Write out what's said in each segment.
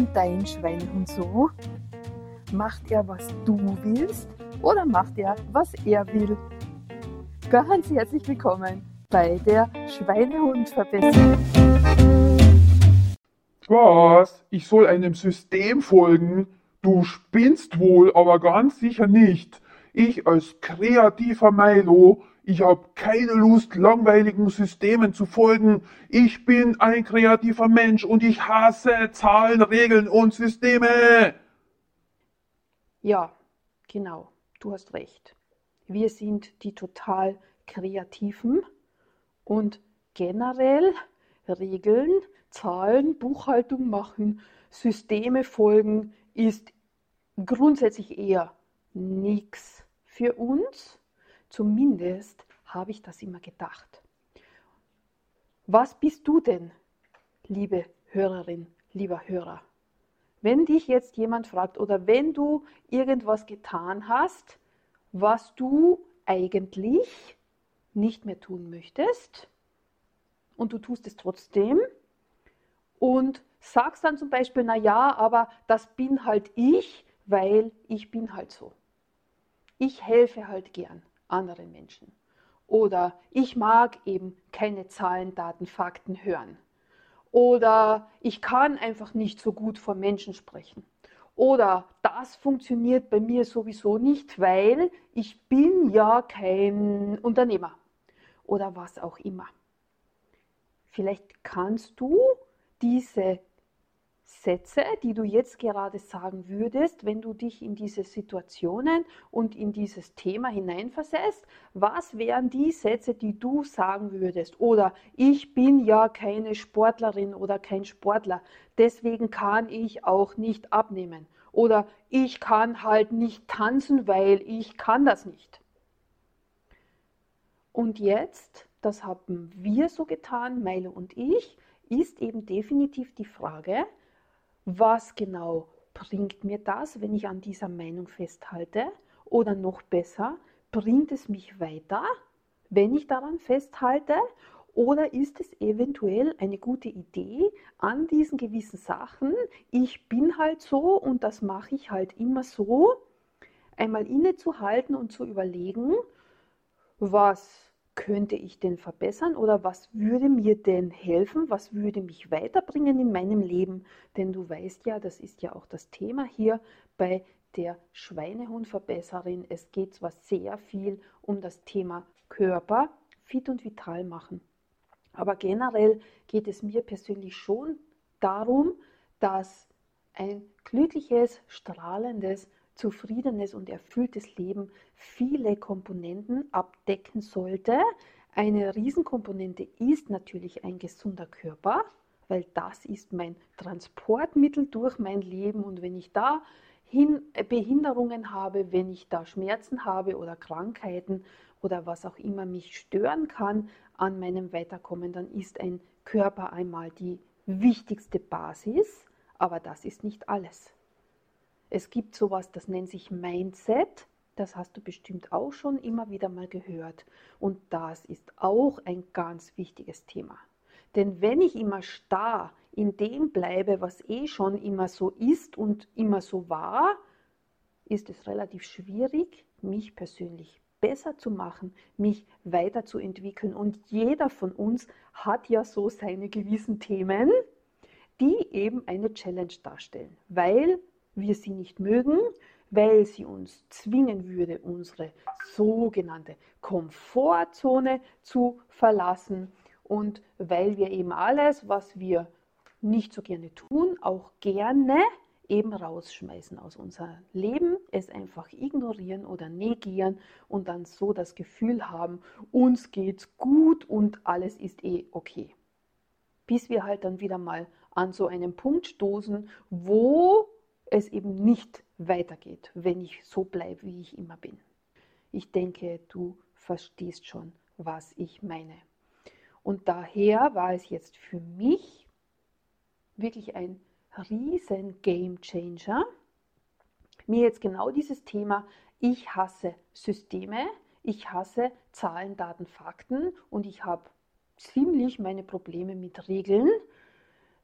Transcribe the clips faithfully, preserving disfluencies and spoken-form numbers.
dein Schweinehund so? Macht er, was du willst, oder macht er, was er will? Ganz herzlich willkommen bei der Schweinehund-Verbesserung. Was? Ich soll einem System folgen? Du spinnst wohl, aber ganz sicher nicht. Ich als kreativer Milo, ich hab keine Lust, langweiligen Systemen zu folgen. Ich bin ein kreativer Mensch und ich hasse Zahlen, Regeln und Systeme. Ja, genau, du hast recht. Wir sind die total Kreativen und generell Regeln, Zahlen, Buchhaltung machen, Systeme folgen ist grundsätzlich eher nichts für uns. Zumindest habe ich das immer gedacht. Was bist du denn, liebe Hörerin, lieber Hörer? Wenn dich jetzt jemand fragt oder wenn du irgendwas getan hast, was du eigentlich nicht mehr tun möchtest und du tust es trotzdem und sagst dann zum Beispiel, na ja, aber das bin halt ich, weil ich bin halt so. Ich helfe halt gern anderen Menschen. Oder ich mag eben keine Zahlen, Daten, Fakten hören. Oder ich kann einfach nicht so gut vor Menschen sprechen. Oder das funktioniert bei mir sowieso nicht, weil ich bin ja kein Unternehmer. Oder was auch immer. Vielleicht kannst du diese Sätze, die du jetzt gerade sagen würdest, wenn du dich in diese Situationen und in dieses Thema hineinversetzt, was wären die Sätze, die du sagen würdest? Oder ich bin ja keine Sportlerin oder kein Sportler, deswegen kann ich auch nicht abnehmen. Oder ich kann halt nicht tanzen, weil ich kann das nicht. Und jetzt, das haben wir so getan, Milo und ich, ist eben definitiv die Frage, was genau bringt mir das, wenn ich an dieser Meinung festhalte? Oder noch besser, bringt es mich weiter, wenn ich daran festhalte? Oder ist es eventuell eine gute Idee, an diesen gewissen Sachen, ich bin halt so und das mache ich halt immer so, einmal innezuhalten und zu überlegen, was könnte ich denn verbessern oder was würde mir denn helfen, was würde mich weiterbringen in meinem Leben? Denn du weißt ja, das ist ja auch das Thema hier bei der Schweinehundverbesserin. Es geht zwar sehr viel um das Thema Körper, fit und vital machen, aber generell geht es mir persönlich schon darum, dass ein glückliches, strahlendes, zufriedenes und erfülltes Leben viele Komponenten abdecken sollte. Eine Riesenkomponente ist natürlich ein gesunder Körper, weil das ist mein Transportmittel durch mein Leben und wenn ich da Behinderungen habe, wenn ich da Schmerzen habe oder Krankheiten oder was auch immer mich stören kann an meinem Weiterkommen, dann ist ein Körper einmal die wichtigste Basis, aber das ist nicht alles. Es gibt sowas, das nennt sich Mindset, das hast du bestimmt auch schon immer wieder mal gehört und das ist auch ein ganz wichtiges Thema. Denn wenn ich immer starr in dem bleibe, was eh schon immer so ist und immer so war, ist es relativ schwierig, mich persönlich besser zu machen, mich weiterzuentwickeln und jeder von uns hat ja so seine gewissen Themen, die eben eine Challenge darstellen, weil wir sie nicht mögen, weil sie uns zwingen würde, unsere sogenannte Komfortzone zu verlassen und weil wir eben alles, was wir nicht so gerne tun, auch gerne eben rausschmeißen aus unserem Leben, es einfach ignorieren oder negieren und dann so das Gefühl haben, uns geht's gut und alles ist eh okay. Bis wir halt dann wieder mal an so einem Punkt stoßen, wo es eben nicht weitergeht, wenn ich so bleibe, wie ich immer bin. Ich denke, du verstehst schon, was ich meine. Und daher war es jetzt für mich wirklich ein riesen Game Changer, mir jetzt genau dieses Thema, ich hasse Systeme, ich hasse Zahlen, Daten, Fakten und ich habe ziemlich meine Probleme mit Regeln,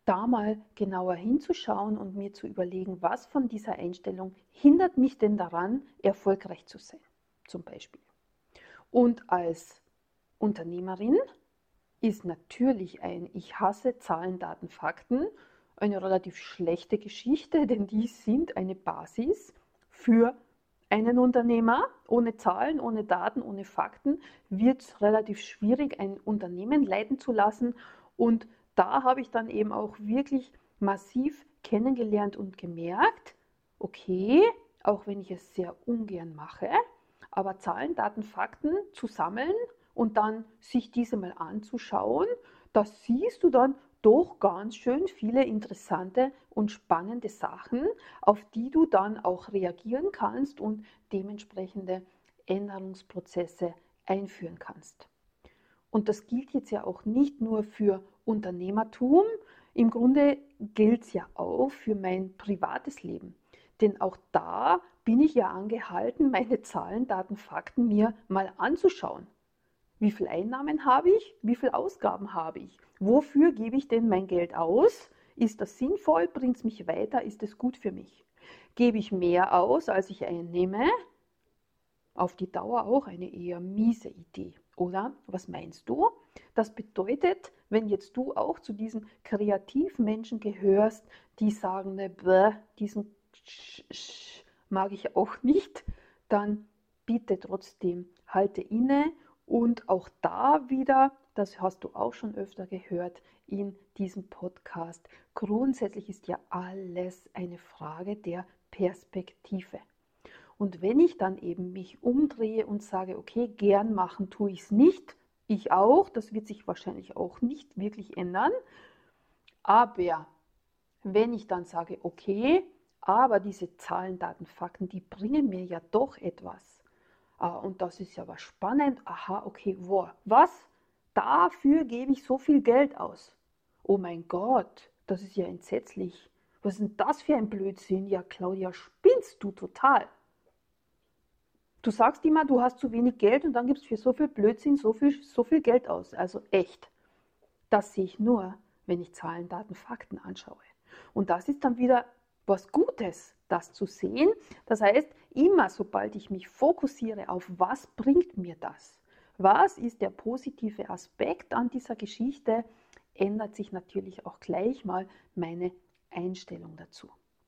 da mal genauer hinzuschauen und mir zu überlegen, was von dieser Einstellung hindert mich denn daran, erfolgreich zu sein, zum Beispiel. Und als Unternehmerin ist natürlich ein Ich hasse Zahlen, Daten, Fakten eine relativ schlechte Geschichte, denn die sind eine Basis für einen Unternehmer. Ohne Zahlen, ohne Daten, ohne Fakten wird es relativ schwierig, ein Unternehmen leiten zu lassen. Und da habe ich dann eben auch wirklich massiv kennengelernt und gemerkt, okay, auch wenn ich es sehr ungern mache, aber Zahlen, Daten, Fakten zu sammeln und dann sich diese mal anzuschauen, da siehst du dann doch ganz schön viele interessante und spannende Sachen, auf die du dann auch reagieren kannst und dementsprechende Änderungsprozesse einführen kannst. Und das gilt jetzt ja auch nicht nur für Unternehmertum, im Grunde gilt es ja auch für mein privates Leben. Denn auch da bin ich ja angehalten, meine Zahlen, Daten, Fakten mir mal anzuschauen. Wie viele Einnahmen habe ich? Wie viele Ausgaben habe ich? Wofür gebe ich denn mein Geld aus? Ist das sinnvoll? Bringt es mich weiter? Ist es gut für mich? Gebe ich mehr aus, als ich einnehme? Auf die Dauer auch eine eher miese Idee, oder? Was meinst du? Das bedeutet, wenn jetzt du auch zu diesen Kreativmenschen gehörst, die sagen, ne, bäh, diesen Sch -Sch mag ich auch nicht, dann bitte trotzdem halte inne. Und auch da wieder, das hast du auch schon öfter gehört in diesem Podcast, grundsätzlich ist ja alles eine Frage der Perspektive. Und wenn ich dann eben mich umdrehe und sage, okay, gern machen tue ich es nicht, ich auch, das wird sich wahrscheinlich auch nicht wirklich ändern, aber wenn ich dann sage, okay, aber diese Zahlen, Daten, Fakten, die bringen mir ja doch etwas. Ah, und das ist ja was spannend. Aha, okay, wow, was? Dafür gebe ich so viel Geld aus. Oh mein Gott, das ist ja entsetzlich. Was ist denn das für ein Blödsinn? Ja, Claudia, spinnst du total. Du sagst immer, du hast zu wenig Geld und dann gibst du für so viel Blödsinn so viel, so viel Geld aus. Also echt. Das sehe ich nur, wenn ich Zahlen, Daten, Fakten anschaue. Und das ist dann wieder was Gutes, das zu sehen. Das heißt, immer sobald ich mich fokussiere auf, was bringt mir das, was ist der positive Aspekt an dieser Geschichte, ändert sich natürlich auch gleich mal meine Einstellung dazu.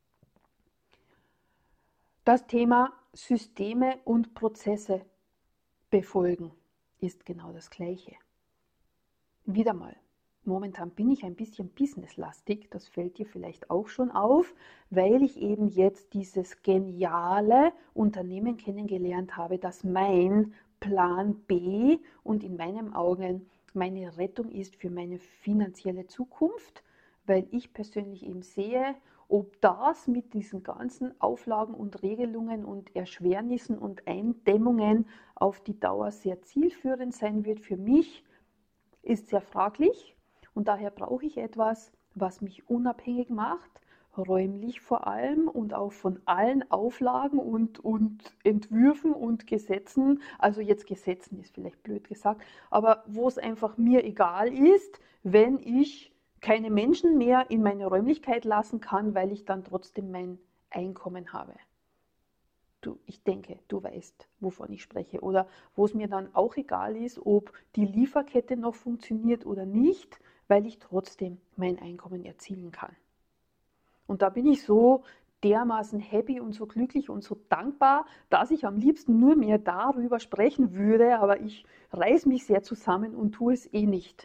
Das Thema Systeme und Prozesse befolgen ist genau das Gleiche. Wieder mal. Momentan bin ich ein bisschen businesslastig, das fällt dir vielleicht auch schon auf, weil ich eben jetzt dieses geniale Unternehmen kennengelernt habe, das mein Plan B und in meinen Augen meine Rettung ist für meine finanzielle Zukunft, weil ich persönlich eben sehe, ob das mit diesen ganzen Auflagen und Regelungen und Erschwernissen und Eindämmungen auf die Dauer sehr zielführend sein wird für mich, ist sehr fraglich. Und daher brauche ich etwas, was mich unabhängig macht, räumlich vor allem und auch von allen Auflagen und, und Entwürfen und Gesetzen. Also jetzt Gesetzen ist vielleicht blöd gesagt, aber wo es einfach mir egal ist, wenn ich keine Menschen mehr in meine Räumlichkeit lassen kann, weil ich dann trotzdem mein Einkommen habe. Du, ich denke, du weißt, wovon ich spreche. Oder wo es mir dann auch egal ist, ob die Lieferkette noch funktioniert oder nicht, weil ich trotzdem mein Einkommen erzielen kann. Und da bin ich so dermaßen happy und so glücklich und so dankbar, dass ich am liebsten nur mehr darüber sprechen würde, aber ich reiß mich sehr zusammen und tue es eh nicht.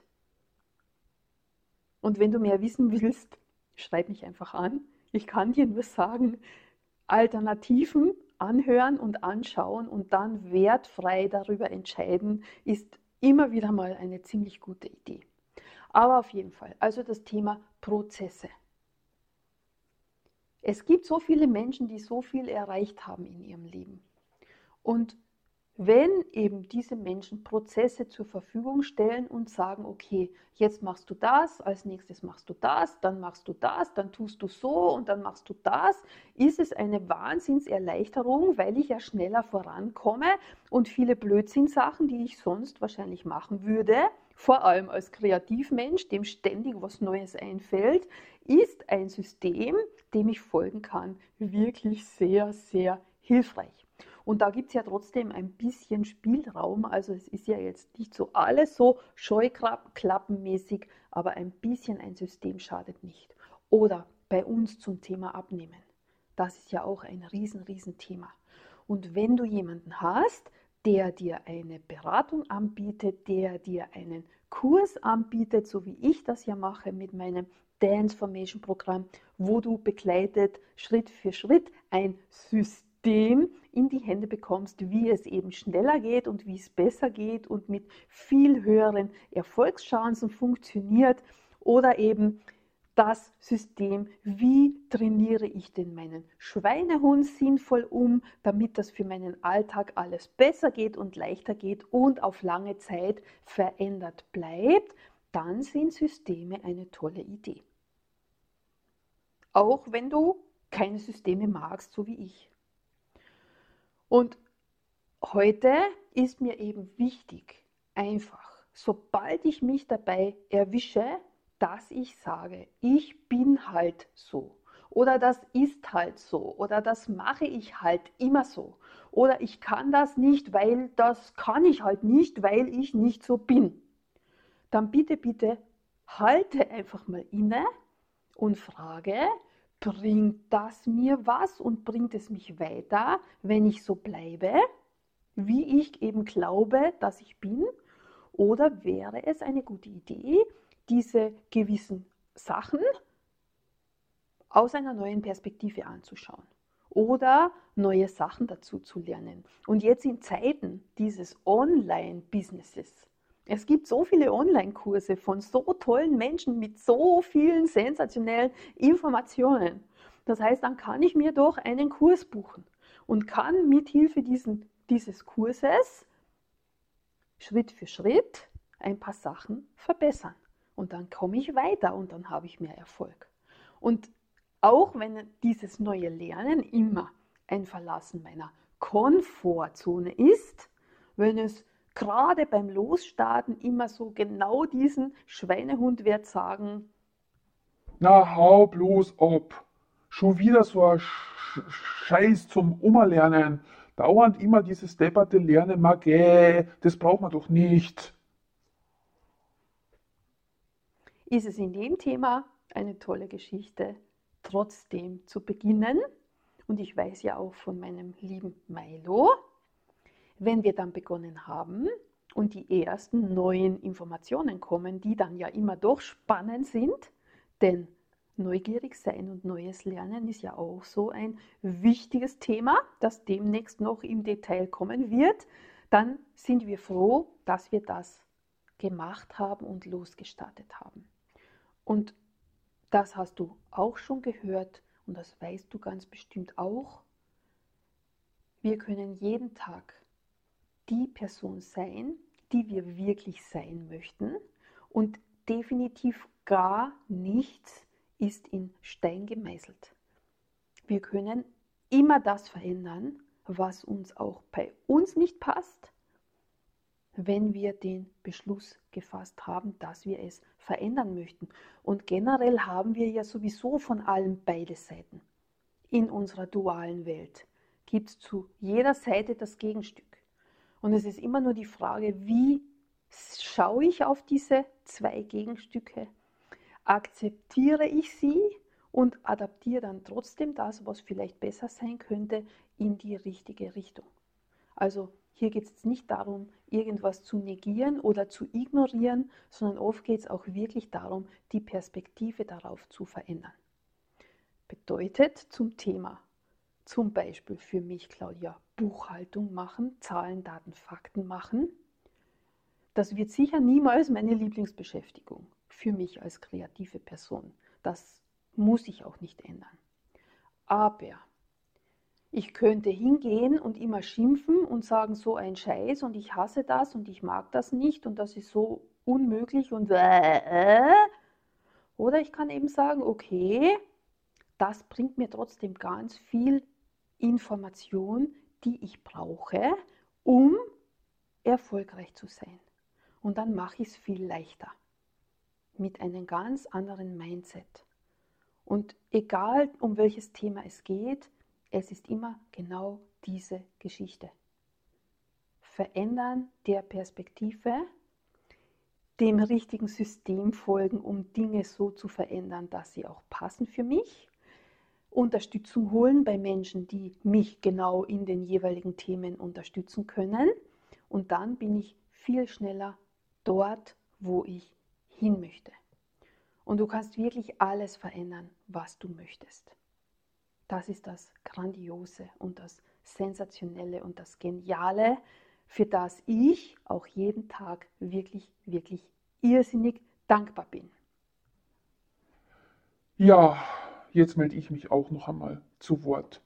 Und wenn du mehr wissen willst, schreib mich einfach an. Ich kann dir nur sagen, Alternativen anhören und anschauen und dann wertfrei darüber entscheiden, ist immer wieder mal eine ziemlich gute Idee. Aber auf jeden Fall, also das Thema Prozesse. Es gibt so viele Menschen, die so viel erreicht haben in ihrem Leben. Und wenn eben diese Menschen Prozesse zur Verfügung stellen und sagen, okay, jetzt machst du das, als nächstes machst du das, dann machst du das, dann tust du so und dann machst du das, ist es eine Wahnsinnserleichterung, weil ich ja schneller vorankomme und viele Blödsinnsachen, die ich sonst wahrscheinlich machen würde, vor allem als Kreativmensch, dem ständig was Neues einfällt, ist ein System, dem ich folgen kann, wirklich sehr, sehr hilfreich. Und da gibt es ja trotzdem ein bisschen Spielraum, also es ist ja jetzt nicht so alles so scheuklappenmäßig, aber ein bisschen ein System schadet nicht. Oder bei uns zum Thema Abnehmen. Das ist ja auch ein riesen, riesen Thema. Und wenn du jemanden hast, der dir eine Beratung anbietet, der dir einen Kurs anbietet, so wie ich das ja mache mit meinem Dance Programm, wo du begleitet Schritt für Schritt ein System in die Hände bekommst, wie es eben schneller geht und wie es besser geht und mit viel höheren Erfolgschancen funktioniert, oder eben das System, wie trainiere ich denn meinen Schweinehund sinnvoll um, damit das für meinen Alltag alles besser geht und leichter geht und auf lange Zeit verändert bleibt, dann sind Systeme eine tolle Idee. Auch wenn du keine Systeme magst, so wie ich. Und heute ist mir eben wichtig, einfach, sobald ich mich dabei erwische, dass ich sage, ich bin halt so oder das ist halt so oder das mache ich halt immer so oder ich kann das nicht, weil das kann ich halt nicht, weil ich nicht so bin. Dann bitte, bitte halte einfach mal inne und frage, bringt das mir was und bringt es mich weiter, wenn ich so bleibe, wie ich eben glaube, dass ich bin? Oder wäre es eine gute Idee, diese gewissen Sachen aus einer neuen Perspektive anzuschauen oder neue Sachen dazu zu lernen? Und jetzt in Zeiten dieses Online-Businesses, es gibt so viele Online-Kurse von so tollen Menschen mit so vielen sensationellen Informationen. Das heißt, dann kann ich mir doch einen Kurs buchen und kann mithilfe diesen, dieses Kurses Schritt für Schritt ein paar Sachen verbessern. Und dann komme ich weiter und dann habe ich mehr Erfolg. Und auch wenn dieses neue Lernen immer ein Verlassen meiner Komfortzone ist, wenn es gerade beim Losstarten immer so genau diesen Schweinehund wird sagen, Na, hau bloß ab. Schon wieder so ein Sch Scheiß zum Umlernen. Dauernd immer dieses depperte Lernen, Magä, das braucht man doch nicht. ist es in dem Thema eine tolle Geschichte, trotzdem zu beginnen. Und ich weiß ja auch von meinem lieben Milo, wenn wir dann begonnen haben und die ersten neuen Informationen kommen, die dann ja immer doch spannend sind, denn neugierig sein und neues Lernen ist ja auch so ein wichtiges Thema, das demnächst noch im Detail kommen wird, dann sind wir froh, dass wir das gemacht haben und losgestartet haben. Und das hast du auch schon gehört und das weißt du ganz bestimmt auch. Wir können jeden Tag die Person sein, die wir wirklich sein möchten, und definitiv gar nichts ist in Stein gemeißelt. Wir können immer das verändern, was uns auch bei uns nicht passt, wenn wir den Beschluss gefasst haben, dass wir es verändern möchten. Und generell haben wir ja sowieso von allem beide Seiten. In unserer dualen Welt gibt es zu jeder Seite das Gegenstück. Und es ist immer nur die Frage, wie schaue ich auf diese zwei Gegenstücke? Akzeptiere ich sie und adaptiere dann trotzdem das, was vielleicht besser sein könnte, in die richtige Richtung. Also hier geht es nicht darum, irgendwas zu negieren oder zu ignorieren, sondern oft geht es auch wirklich darum, die Perspektive darauf zu verändern. Bedeutet zum Thema, zum Beispiel für mich, Claudia, Buchhaltung machen, Zahlen, Daten, Fakten machen. Das wird sicher niemals meine Lieblingsbeschäftigung für mich als kreative Person. Das muss ich auch nicht ändern. Aber ich könnte hingehen und immer schimpfen und sagen, so ein Scheiß und ich hasse das und ich mag das nicht und das ist so unmöglich und äh, äh. Oder ich kann eben sagen, okay, das bringt mir trotzdem ganz viel Information, die ich brauche, um erfolgreich zu sein. Und dann mache ich es viel leichter. Mit einem ganz anderen Mindset. Und egal, um welches Thema es geht, es ist immer genau diese Geschichte. Verändern der Perspektive, dem richtigen System folgen, um Dinge so zu verändern, dass sie auch passen für mich. Unterstützung holen bei Menschen, die mich genau in den jeweiligen Themen unterstützen können. Und dann bin ich viel schneller dort, wo ich hin möchte. Und du kannst wirklich alles verändern, was du möchtest. Das ist das Grandiose und das Sensationelle und das Geniale, für das ich auch jeden Tag wirklich, wirklich irrsinnig dankbar bin. Ja, jetzt melde ich mich auch noch einmal zu Wort.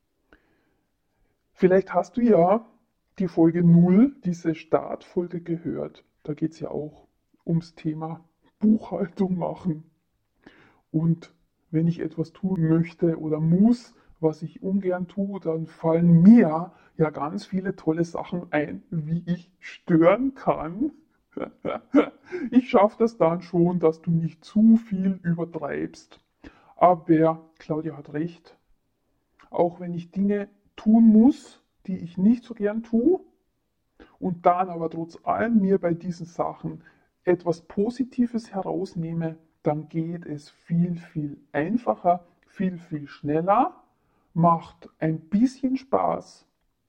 Vielleicht hast du ja die Folge null, diese Startfolge gehört. Da geht es ja auch ums Thema Buchhaltung machen. Und wenn ich etwas tun möchte oder muss, was ich ungern tue, dann fallen mir ja ganz viele tolle Sachen ein, wie ich stören kann. Ich schaffe das dann schon, dass du nicht zu viel übertreibst. Aber Claudia hat recht. Auch wenn ich Dinge tun muss, die ich nicht so gern tue, und dann aber trotz allem mir bei diesen Sachen etwas Positives herausnehme, dann geht es viel, viel einfacher, viel, viel schneller, macht ein bisschen Spaß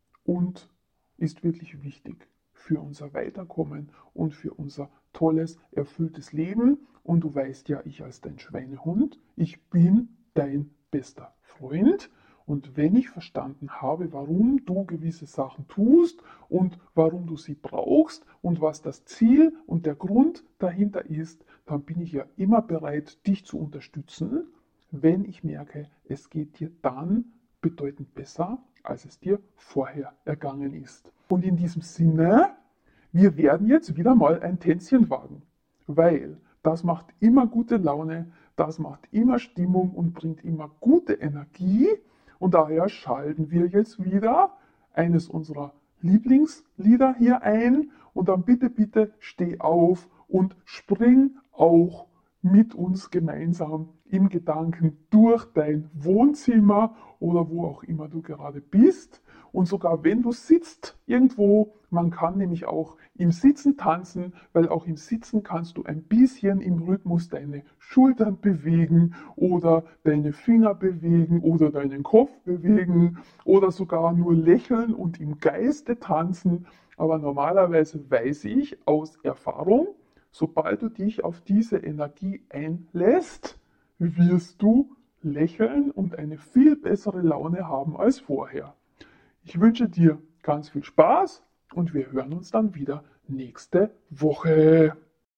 und ist wirklich wichtig für unser Weiterkommen und für unser tolles, erfülltes Leben. Und du weißt ja, ich als dein Schweinehund, ich bin dein bester Freund. Und wenn ich verstanden habe, warum du gewisse Sachen tust und warum du sie brauchst und was das Ziel und der Grund dahinter ist, dann bin ich ja immer bereit, dich zu unterstützen, wenn ich merke, es geht dir dann bedeutend besser, als es dir vorher ergangen ist. Und in diesem Sinne, wir werden jetzt wieder mal ein Tänzchen wagen, weil das macht immer gute Laune, das macht immer Stimmung und bringt immer gute Energie. Und daher schalten wir jetzt wieder eines unserer Lieblingslieder hier ein. Und dann bitte, bitte steh auf und spring auch mit uns gemeinsam im Gedanken durch dein Wohnzimmer oder wo auch immer du gerade bist. Und sogar wenn du sitzt irgendwo, man kann nämlich auch im Sitzen tanzen, weil auch im Sitzen kannst du ein bisschen im Rhythmus deine Schultern bewegen oder deine Finger bewegen oder deinen Kopf bewegen oder sogar nur lächeln und im Geiste tanzen. Aber normalerweise weiß ich aus Erfahrung, sobald du dich auf diese Energie einlässt, wirst du lächeln und eine viel bessere Laune haben als vorher. Ich wünsche dir ganz viel Spaß und wir hören uns dann wieder nächste Woche.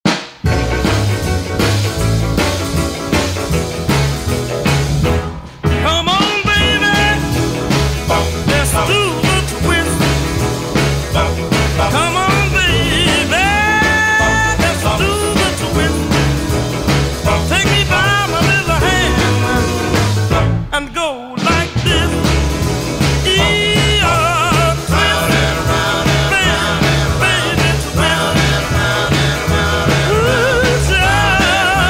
Come on, baby, let's do the twist. Come on, baby, let's do the twist. Take me by my little hand and go like this. Yeah, twist, baby, baby, twist. Ooh, child.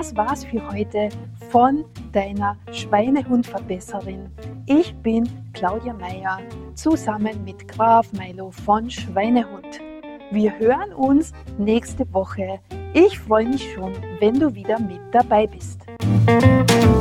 das war's für heute von deiner Schweinehundverbesserin. Ich bin Claudia Meier, zusammen mit Graf Milo von Schweinehund. Wir hören uns nächste Woche. Ich freue mich schon, wenn du wieder mit dabei bist.